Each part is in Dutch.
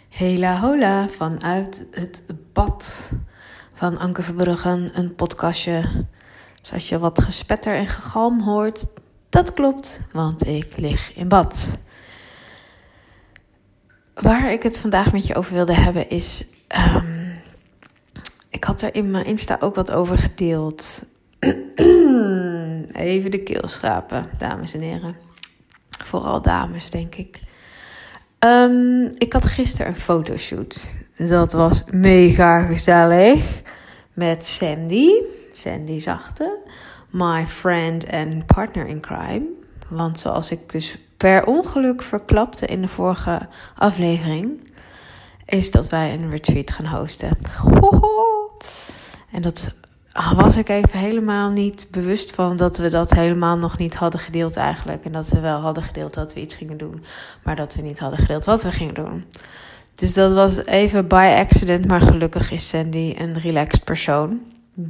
Hela hola vanuit het bad van Anke Verbruggen, een podcastje. Zoals je wat gespetter en gegalm hoort, dat klopt, want ik lig in bad. Waar ik het vandaag met je over wilde hebben is, ik had er in mijn Insta ook wat over gedeeld. Even de keel schrapen, dames en heren. Vooral dames, denk ik. Ik had gisteren een fotoshoot. Dat was mega gezellig. Met Sandy Zachte. My friend en partner in crime. Want zoals ik dus per ongeluk verklapte in de vorige aflevering, is dat wij een retreat gaan hosten. En dat was ik even helemaal niet bewust van, dat we dat helemaal nog niet hadden gedeeld eigenlijk. En dat we wel hadden gedeeld dat we iets gingen doen, maar dat we niet hadden gedeeld wat we gingen doen. Dus dat was even by accident, maar gelukkig is Sandy een relaxed persoon.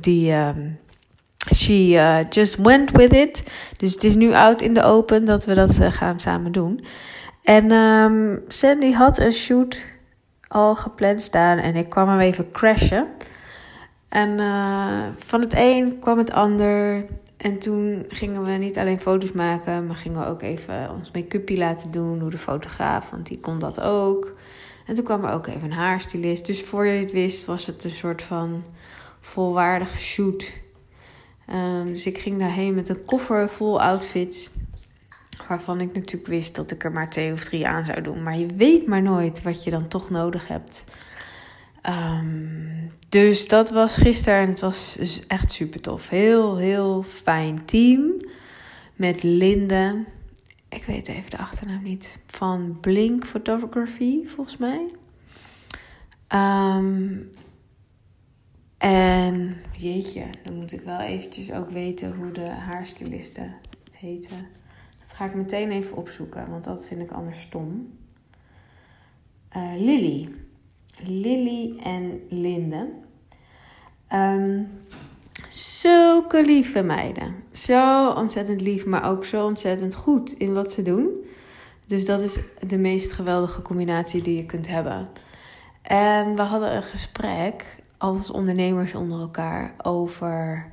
She just went with it. Dus het is nu out in de open dat we dat gaan samen doen. En Sandy had een shoot al gepland staan en ik kwam hem even crashen. En van het een kwam het ander. En toen gingen we niet alleen foto's maken, maar gingen we ook even ons make-upje laten doen door de fotograaf, want die kon dat ook. En toen kwam er ook even een haarstylist. Dus voor je het wist was het een soort van volwaardige shoot. Dus ik ging daarheen met een koffer vol outfits, waarvan ik natuurlijk wist dat ik er maar 2 of 3 aan zou doen. Maar je weet maar nooit wat je dan toch nodig hebt. Dus dat was gisteren en het was dus echt super tof. Heel, heel fijn team. Met Linde. Ik weet even de achternaam niet. Van Blink Photography, volgens mij. En jeetje, dan moet ik wel eventjes ook weten hoe de haarstylisten heten. Dat ga ik meteen even opzoeken, want dat vind ik anders stom. Lily en Linde. Zulke lieve meiden. Zo ontzettend lief, maar ook zo ontzettend goed in wat ze doen. Dus dat is de meest geweldige combinatie die je kunt hebben. En we hadden een gesprek als ondernemers onder elkaar over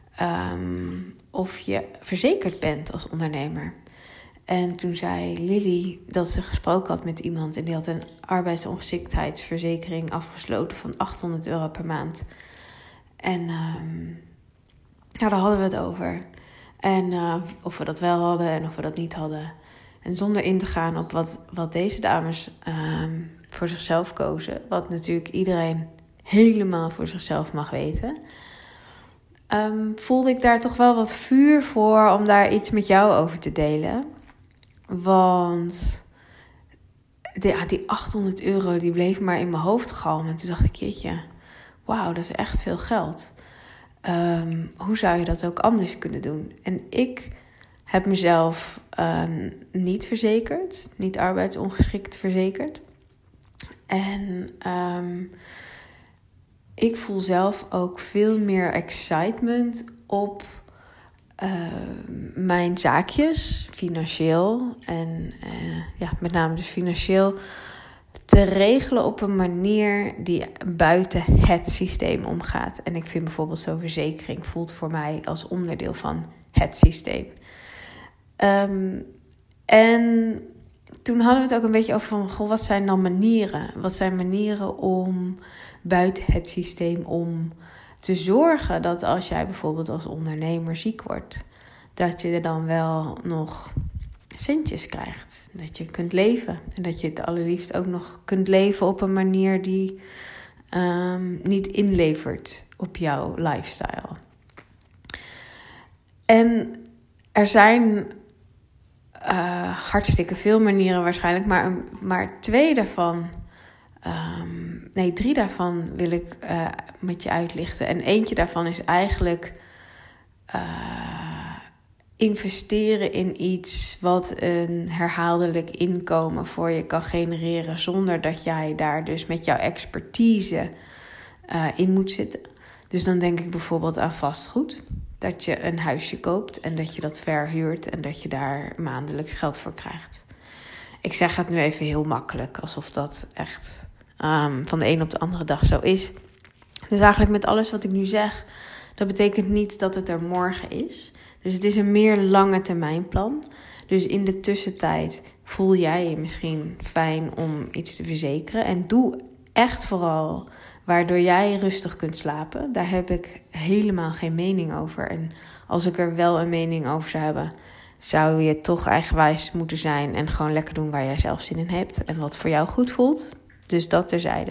of je verzekerd bent als ondernemer. En toen zei Lily dat ze gesproken had met iemand en die had een arbeidsongeschiktheidsverzekering afgesloten van €800 per maand. En daar hadden we het over. En of we dat wel hadden en of we dat niet hadden. En zonder in te gaan op wat deze dames voor zichzelf kozen, wat natuurlijk iedereen helemaal voor zichzelf mag weten, voelde ik daar toch wel wat vuur voor om daar iets met jou over te delen. Want die €800 die bleef maar in mijn hoofd galmen. En toen dacht ik, jeetje, wauw, dat is echt veel geld. Hoe zou je dat ook anders kunnen doen? En ik heb mezelf niet verzekerd. Niet arbeidsongeschikt verzekerd. En ik voel zelf ook veel meer excitement op mijn zaakjes, financieel en met name dus financieel, te regelen op een manier die buiten het systeem omgaat. En ik vind bijvoorbeeld zo'n verzekering voelt voor mij als onderdeel van het systeem. En toen hadden we het ook een beetje over van, wat zijn dan manieren? Wat zijn manieren om buiten het systeem om te zorgen dat als jij bijvoorbeeld als ondernemer ziek wordt, dat je er dan wel nog centjes krijgt. Dat je kunt leven. En dat je het allerliefst ook nog kunt leven op een manier die niet inlevert op jouw lifestyle. En er zijn hartstikke veel manieren waarschijnlijk, maar 2 daarvan, 3 daarvan wil ik met je uitlichten. En eentje daarvan is eigenlijk investeren in iets wat een herhaaldelijk inkomen voor je kan genereren, zonder dat jij daar dus met jouw expertise in moet zitten. Dus dan denk ik bijvoorbeeld aan vastgoed. Dat je een huisje koopt en dat je dat verhuurt en dat je daar maandelijks geld voor krijgt. Ik zeg het nu even heel makkelijk, alsof dat echt van de een op de andere dag zo is. Dus eigenlijk met alles wat ik nu zeg, dat betekent niet dat het er morgen is. Dus het is een meer lange termijn plan. Dus in de tussentijd voel jij je misschien fijn om iets te verzekeren. En doe echt vooral waardoor jij rustig kunt slapen. Daar heb ik helemaal geen mening over. En als ik er wel een mening over zou hebben, zou je toch eigenwijs moeten zijn en gewoon lekker doen waar jij zelf zin in hebt. En wat voor jou goed voelt. Dus dat terzijde.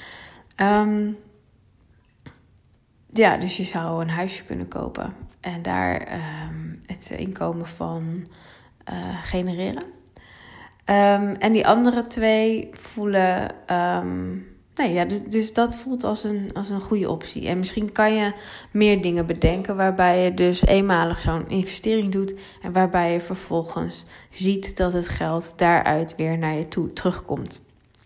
Dus je zou een huisje kunnen kopen. En daar het inkomen van genereren. En die andere 2 voelen... Dus dat voelt als een goede optie. En misschien kan je meer dingen bedenken waarbij je dus eenmalig zo'n investering doet en waarbij je vervolgens ziet dat het geld daaruit weer naar je toe terugkomt.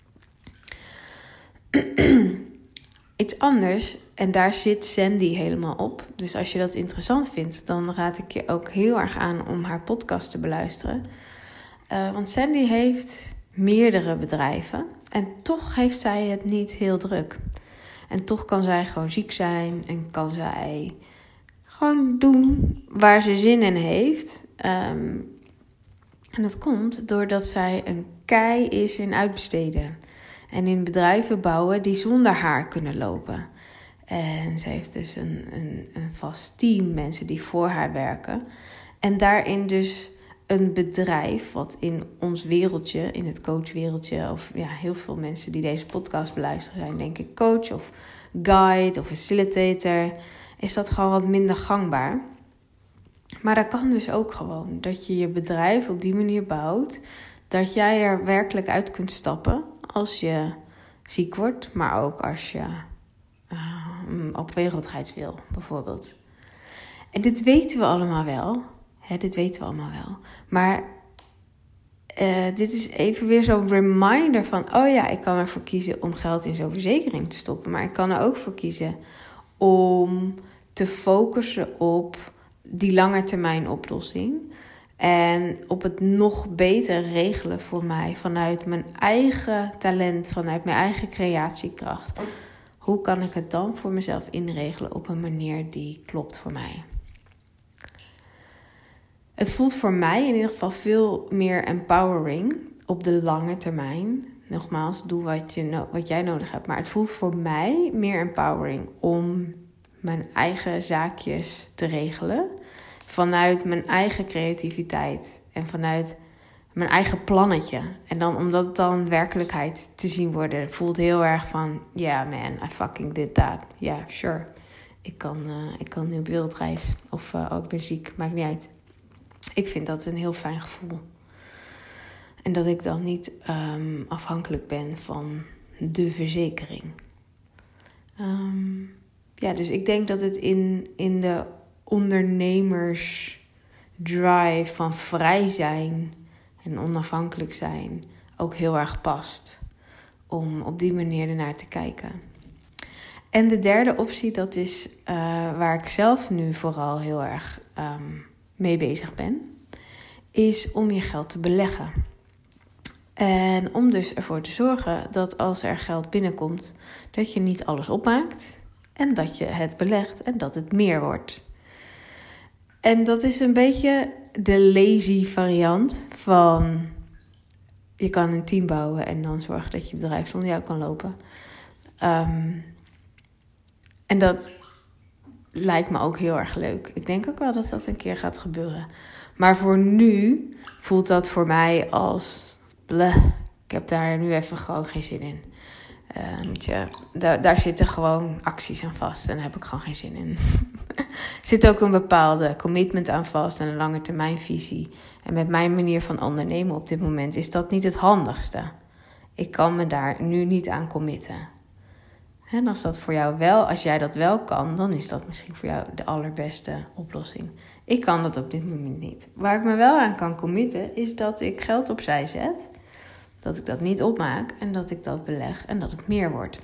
Iets anders, en daar zit Sandy helemaal op. Dus als je dat interessant vindt, dan raad ik je ook heel erg aan om haar podcast te beluisteren. Want Sandy heeft meerdere bedrijven en toch heeft zij het niet heel druk. En toch kan zij gewoon ziek zijn en kan zij gewoon doen waar ze zin in heeft. En dat komt doordat zij een kei is in uitbesteden. En in bedrijven bouwen die zonder haar kunnen lopen. En ze heeft dus een vast team mensen die voor haar werken. En daarin dus een bedrijf wat in ons wereldje, in het coachwereldje, of ja, heel veel mensen die deze podcast beluisteren zijn, denk ik coach of guide of facilitator, is dat gewoon wat minder gangbaar. Maar dat kan dus ook gewoon, dat je je bedrijf op die manier bouwt, dat jij er werkelijk uit kunt stappen als je ziek wordt, maar ook als je op wereldreis wil, bijvoorbeeld. En dit weten we allemaal wel. Maar dit is even weer zo'n reminder van, oh ja, ik kan ervoor kiezen om geld in zo'n verzekering te stoppen. Maar ik kan er ook voor kiezen om te focussen op die langetermijn oplossing. En op het nog beter regelen voor mij vanuit mijn eigen talent, vanuit mijn eigen creatiekracht. Hoe kan ik het dan voor mezelf inregelen op een manier die klopt voor mij? Het voelt voor mij in ieder geval veel meer empowering op de lange termijn. Nogmaals, doe wat jij nodig hebt. Maar het voelt voor mij meer empowering om mijn eigen zaakjes te regelen. Vanuit mijn eigen creativiteit en vanuit mijn eigen plannetje. En dan omdat het dan werkelijkheid te zien worden, voelt heel erg van, yeah man, I fucking did that. Yeah, sure. Ik kan nu op wereldreis of ik ben ziek, maakt niet uit. Ik vind dat een heel fijn gevoel. En dat ik dan niet afhankelijk ben van de verzekering. Dus ik denk dat het in de ondernemersdrive van vrij zijn en onafhankelijk zijn ook heel erg past. Om op die manier ernaar te kijken. En de derde optie, dat is waar ik zelf nu vooral heel erg mee bezig ben, is om je geld te beleggen. En om dus ervoor te zorgen dat als er geld binnenkomt, dat je niet alles opmaakt en dat je het belegt en dat het meer wordt. En dat is een beetje de lazy variant van je kan een team bouwen en dan zorgen dat je bedrijf zonder jou kan lopen. En dat lijkt me ook heel erg leuk. Ik denk ook wel dat dat een keer gaat gebeuren. Maar voor nu voelt dat voor mij als bleh. Ik heb daar nu even gewoon geen zin in. Daar zitten gewoon acties aan vast. En daar heb ik gewoon geen zin in. Er zit ook een bepaalde commitment aan vast en een lange termijnvisie. En met mijn manier van ondernemen op dit moment is dat niet het handigste. Ik kan me daar nu niet aan committen. En als dat voor jou wel, als jij dat wel kan, dan is dat misschien voor jou de allerbeste oplossing. Ik kan dat op dit moment niet. Waar ik me wel aan kan committen, is dat ik geld opzij zet. Dat ik dat niet opmaak en dat ik dat beleg en dat het meer wordt.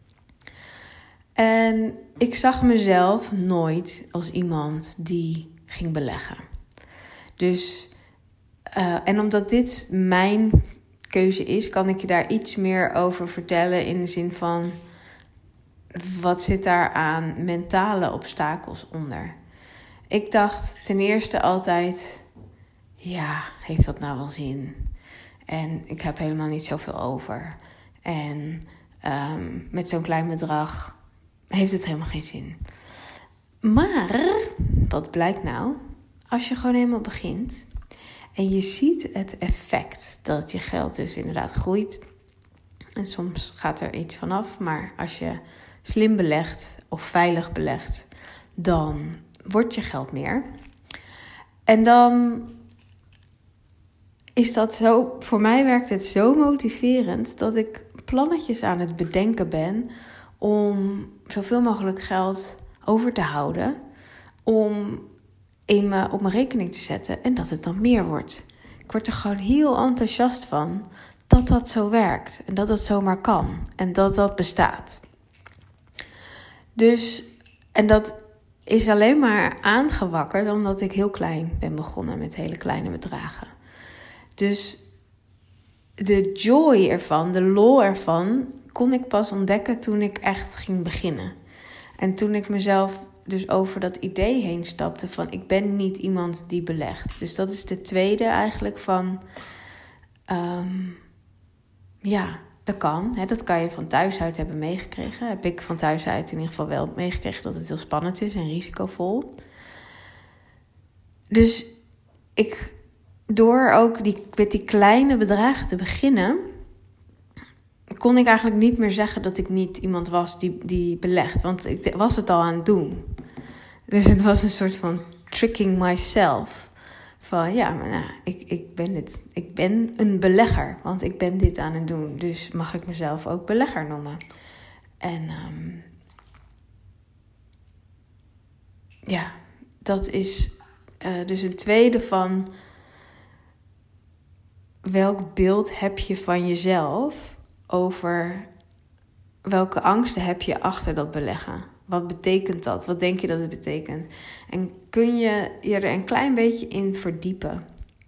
En ik zag mezelf nooit als iemand die ging beleggen. Dus, en omdat dit mijn keuze is, kan ik je daar iets meer over vertellen in de zin van, wat zit daar aan mentale obstakels onder? Ik dacht ten eerste altijd, ja, heeft dat nou wel zin? En ik heb helemaal niet zoveel over. En met zo'n klein bedrag heeft het helemaal geen zin. Maar, wat blijkt nou? Als je gewoon helemaal begint en je ziet het effect dat je geld dus inderdaad groeit. En soms gaat er iets vanaf, maar als je slim belegt of veilig belegt, dan wordt je geld meer. En dan is dat zo, voor mij werkt het zo motiverend dat ik plannetjes aan het bedenken ben om zoveel mogelijk geld over te houden, om op mijn rekening te zetten en dat het dan meer wordt. Ik word er gewoon heel enthousiast van dat dat zo werkt en dat dat zomaar kan en dat dat bestaat. Dus, en dat is alleen maar aangewakkerd omdat ik heel klein ben begonnen met hele kleine bedragen. Dus de joy ervan, de lol ervan, kon ik pas ontdekken toen ik echt ging beginnen. En toen ik mezelf dus over dat idee heen stapte van, ik ben niet iemand die belegt. Dus dat is de tweede eigenlijk van, dat kan. Hè, dat kan je van thuis uit hebben meegekregen. Heb ik van thuis uit in ieder geval wel meegekregen dat het heel spannend is en risicovol. Dus door ook met die kleine bedragen te beginnen, kon ik eigenlijk niet meer zeggen dat ik niet iemand was die belegt. Want ik was het al aan het doen. Dus het was een soort van tricking myself. Van ja, maar nou, ik ben een belegger. Want ik ben dit aan het doen. Dus mag ik mezelf ook belegger noemen. En dat is dus een tweede van, welk beeld heb je van jezelf over welke angsten heb je achter dat beleggen? Wat betekent dat? Wat denk je dat het betekent? En kun je er een klein beetje in verdiepen?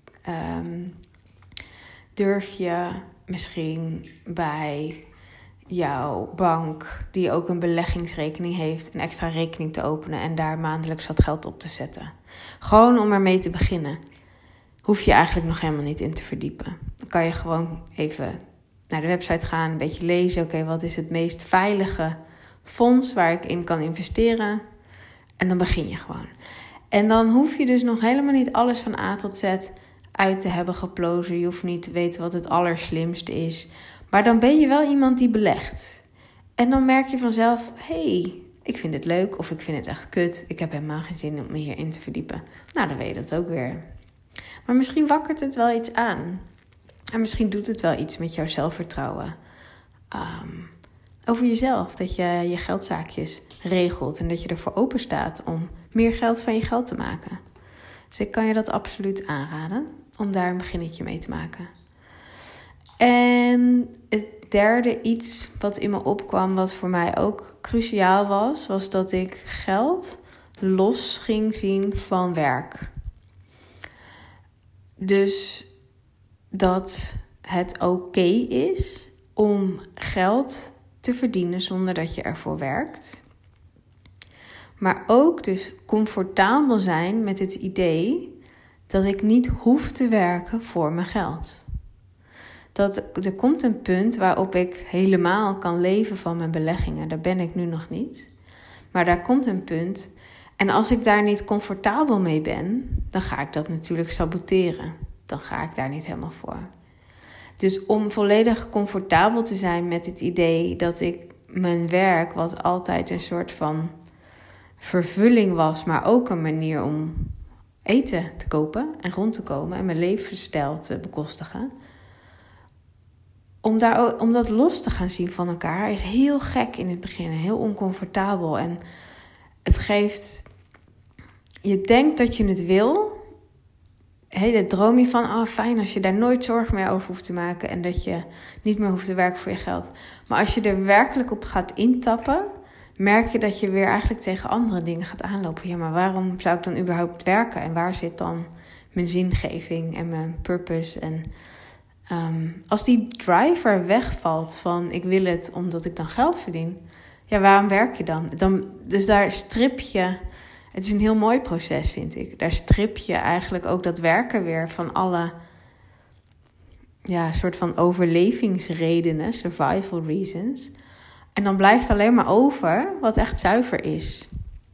Durf je misschien bij jouw bank, die ook een beleggingsrekening heeft, een extra rekening te openen en daar maandelijks wat geld op te zetten? Gewoon om ermee te beginnen. Hoef je eigenlijk nog helemaal niet in te verdiepen. Dan kan je gewoon even naar de website gaan, een beetje lezen. Oké, wat is het meest veilige fonds waar ik in kan investeren? En dan begin je gewoon. En dan hoef je dus nog helemaal niet alles van A tot Z uit te hebben geplozen. Je hoeft niet te weten wat het allerslimste is. Maar dan ben je wel iemand die belegt. En dan merk je vanzelf, hey, ik vind het leuk of ik vind het echt kut. Ik heb helemaal geen zin om me hierin te verdiepen. Nou, dan weet je dat ook weer. Maar misschien wakkert het wel iets aan. En misschien doet het wel iets met jouw zelfvertrouwen. Over jezelf. Dat je je geldzaakjes regelt. En dat je ervoor open staat om meer geld van je geld te maken. Dus ik kan je dat absoluut aanraden. Om daar een beginnetje mee te maken. En het derde iets wat in me opkwam. Wat voor mij ook cruciaal was. Was dat ik geld los ging zien van werk. Dus dat het oké is om geld te verdienen zonder dat je ervoor werkt. Maar ook dus comfortabel zijn met het idee dat ik niet hoef te werken voor mijn geld. Er komt een punt waarop ik helemaal kan leven van mijn beleggingen. Daar ben ik nu nog niet. Maar daar komt een punt. En als ik daar niet comfortabel mee ben, dan ga ik dat natuurlijk saboteren. Dan ga ik daar niet helemaal voor. Dus om volledig comfortabel te zijn met het idee dat ik mijn werk, wat altijd een soort van vervulling was, maar ook een manier om eten te kopen en rond te komen en mijn levensstijl te bekostigen. Om dat los te gaan zien van elkaar is heel gek in het begin, heel oncomfortabel. En het geeft, je denkt dat je het wil. Daar droom je van, fijn als je daar nooit zorgen meer over hoeft te maken en dat je niet meer hoeft te werken voor je geld. Maar als je er werkelijk op gaat intappen, merk je dat je weer eigenlijk tegen andere dingen gaat aanlopen. Ja, maar waarom zou ik dan überhaupt werken? En waar zit dan mijn zingeving en mijn purpose? En Als die driver wegvalt van ik wil het omdat ik dan geld verdien. Ja, waarom werk je dan? Dus daar strip je. Het is een heel mooi proces, vind ik. Daar strip je eigenlijk ook dat werken weer van alle soort van overlevingsredenen, survival reasons. En dan blijft alleen maar over wat echt zuiver is.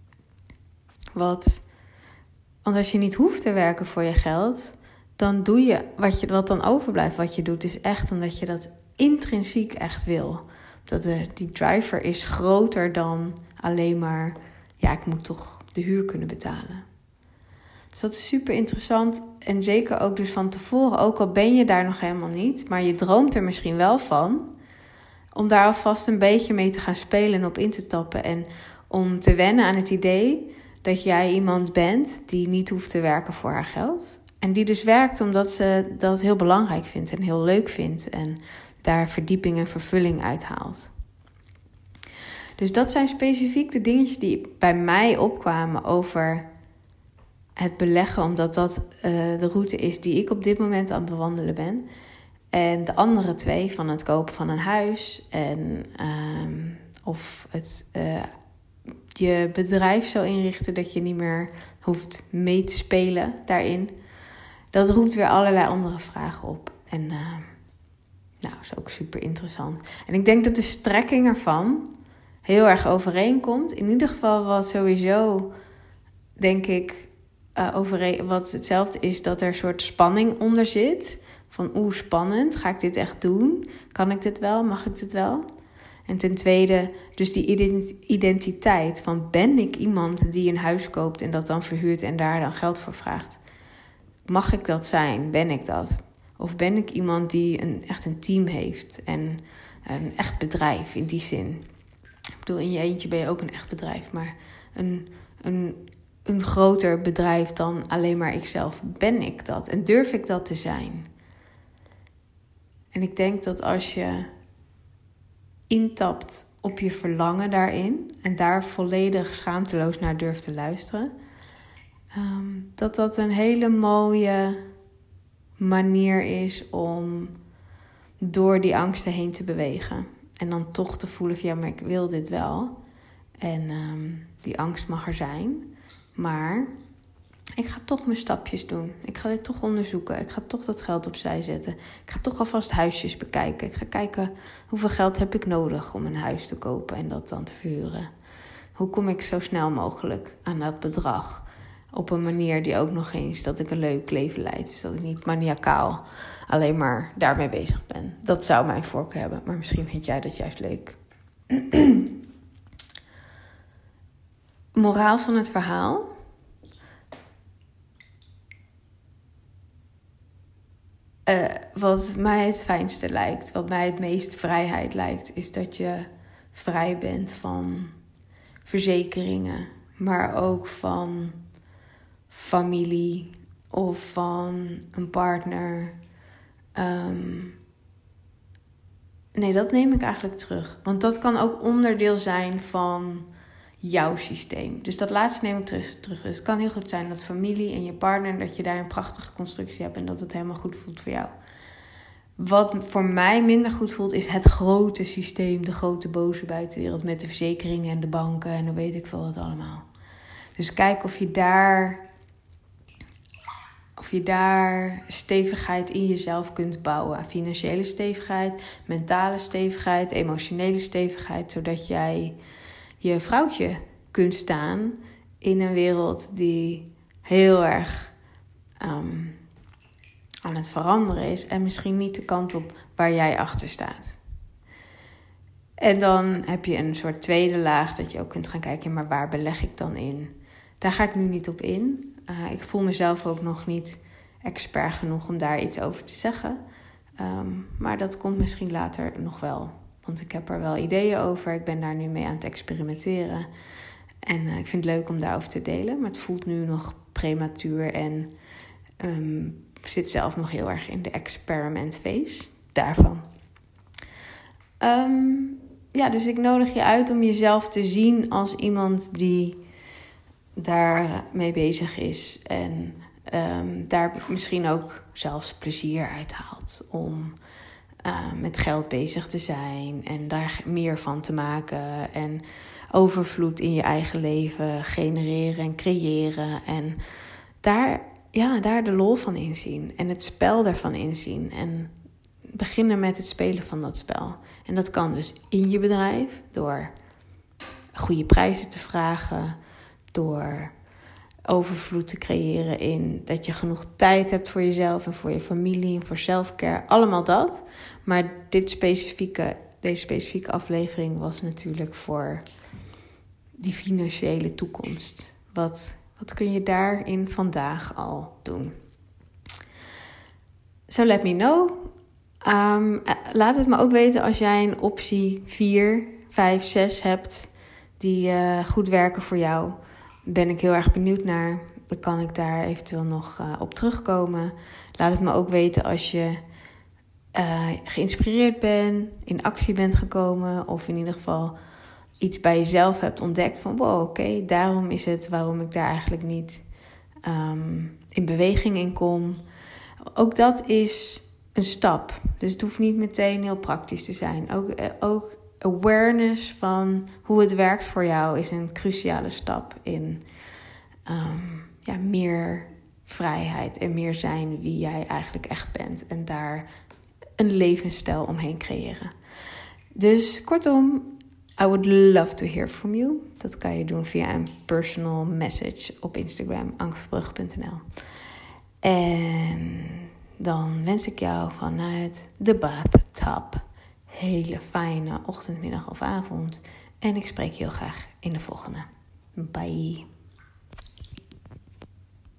Want als je niet hoeft te werken voor je geld, dan doe je wat dan overblijft. Wat je doet is echt omdat je dat intrinsiek echt wil. Dat die driver is groter dan alleen maar, ik moet toch de huur kunnen betalen. Dus dat is super interessant. En zeker ook dus van tevoren, ook al ben je daar nog helemaal niet, maar je droomt er misschien wel van, om daar alvast een beetje mee te gaan spelen en op in te tappen. En om te wennen aan het idee dat jij iemand bent die niet hoeft te werken voor haar geld. En die dus werkt omdat ze dat heel belangrijk vindt en heel leuk vindt. En daar verdieping en vervulling uithaalt. Dus dat zijn specifiek de dingetjes die bij mij opkwamen over het beleggen. Omdat dat de route is die ik op dit moment aan het bewandelen ben. En de andere twee van het kopen van een huis. En of het je bedrijf zo inrichten dat je niet meer hoeft mee te spelen daarin. Dat roept weer allerlei andere vragen op. En is ook super interessant. En ik denk dat de strekking ervan heel erg overeenkomt. In ieder geval wat sowieso, denk ik, wat hetzelfde is, dat er een soort spanning onder zit. Van spannend, ga ik dit echt doen? Kan ik dit wel? Mag ik dit wel? En ten tweede, dus die identiteit van ben ik iemand die een huis koopt en dat dan verhuurt en daar dan geld voor vraagt? Mag ik dat zijn? Ben ik dat? Of ben ik iemand die echt een team heeft en een echt bedrijf in die zin? Ik bedoel, in je eentje ben je ook een echt bedrijf, maar een groter bedrijf dan alleen maar ikzelf. Ben ik dat? En durf ik dat te zijn? En ik denk dat als je intapt op je verlangen daarin en daar volledig schaamteloos naar durft te luisteren, dat een hele mooie manier is om door die angsten heen te bewegen. En dan toch te voelen van maar ik wil dit wel. En die angst mag er zijn. Maar ik ga toch mijn stapjes doen. Ik ga dit toch onderzoeken. Ik ga toch dat geld opzij zetten. Ik ga toch alvast huisjes bekijken. Ik ga kijken hoeveel geld heb ik nodig om een huis te kopen en dat dan te verhuren. Hoe kom ik zo snel mogelijk aan dat bedrag? Op een manier die ook nog eens dat ik een leuk leven leid. Dus dat ik niet maniacaal alleen maar daarmee bezig ben. Dat zou mijn voorkeur hebben. Maar misschien vind jij dat juist leuk. Moraal van het verhaal. Wat mij het fijnste lijkt, wat mij het meest vrijheid lijkt, is dat je vrij bent van verzekeringen, maar ook van familie of van een partner. Nee, dat neem ik eigenlijk terug. Want dat kan ook onderdeel zijn van jouw systeem. Dus dat laatste neem ik terug. Dus het kan heel goed zijn dat familie en je partner, dat je daar een prachtige constructie hebt en dat het helemaal goed voelt voor jou. Wat voor mij minder goed voelt, is het grote systeem, de grote boze buitenwereld met de verzekeringen en de banken en dan weet ik veel wat allemaal. Dus kijk of je daar stevigheid in jezelf kunt bouwen. Financiële stevigheid, mentale stevigheid, emotionele stevigheid, zodat jij je vrouwtje kunt staan in een wereld die heel erg aan het veranderen is en misschien niet de kant op waar jij achter staat. En dan heb je een soort tweede laag dat je ook kunt gaan kijken, maar waar beleg ik dan in? Daar ga ik nu niet op in. Ik voel mezelf ook nog niet expert genoeg om daar iets over te zeggen. Maar dat komt misschien later nog wel. Want ik heb er wel ideeën over. Ik ben daar nu mee aan het experimenteren. En ik vind het leuk om daarover te delen. Maar het voelt nu nog prematuur. En ik zit zelf nog heel erg in de experimentphase daarvan. Dus ik nodig je uit om jezelf te zien als iemand die daar mee bezig is. En daar misschien ook zelfs plezier uit haalt om met geld bezig te zijn en daar meer van te maken en overvloed in je eigen leven genereren en creëren en daar de lol van inzien en het spel daarvan inzien en beginnen met het spelen van dat spel. En dat kan dus in je bedrijf door goede prijzen te vragen, door overvloed te creëren in dat je genoeg tijd hebt voor jezelf en voor je familie en voor selfcare. Allemaal dat. Maar deze specifieke aflevering was natuurlijk voor die financiële toekomst. Wat kun je daarin vandaag al doen? So let me know. Laat het me ook weten als jij een optie 4, 5, 6 hebt die goed werken voor jou. Ben ik heel erg benieuwd naar. Dan kan ik daar eventueel nog op terugkomen. Laat het me ook weten als je geïnspireerd bent, in actie bent gekomen of in ieder geval iets bij jezelf hebt ontdekt van wow, oké, daarom is het waarom ik daar eigenlijk niet in beweging in kom. Ook dat is een stap. Dus het hoeft niet meteen heel praktisch te zijn. Ook awareness van hoe het werkt voor jou is een cruciale stap in meer vrijheid en meer zijn wie jij eigenlijk echt bent. En daar een levensstijl omheen creëren. Dus kortom, I would love to hear from you. Dat kan je doen via een personal message op Instagram, ankeverbrugge.nl. En dan wens ik jou vanuit de bathtub hele fijne ochtend, middag of avond. En ik spreek je heel graag in de volgende. Bye.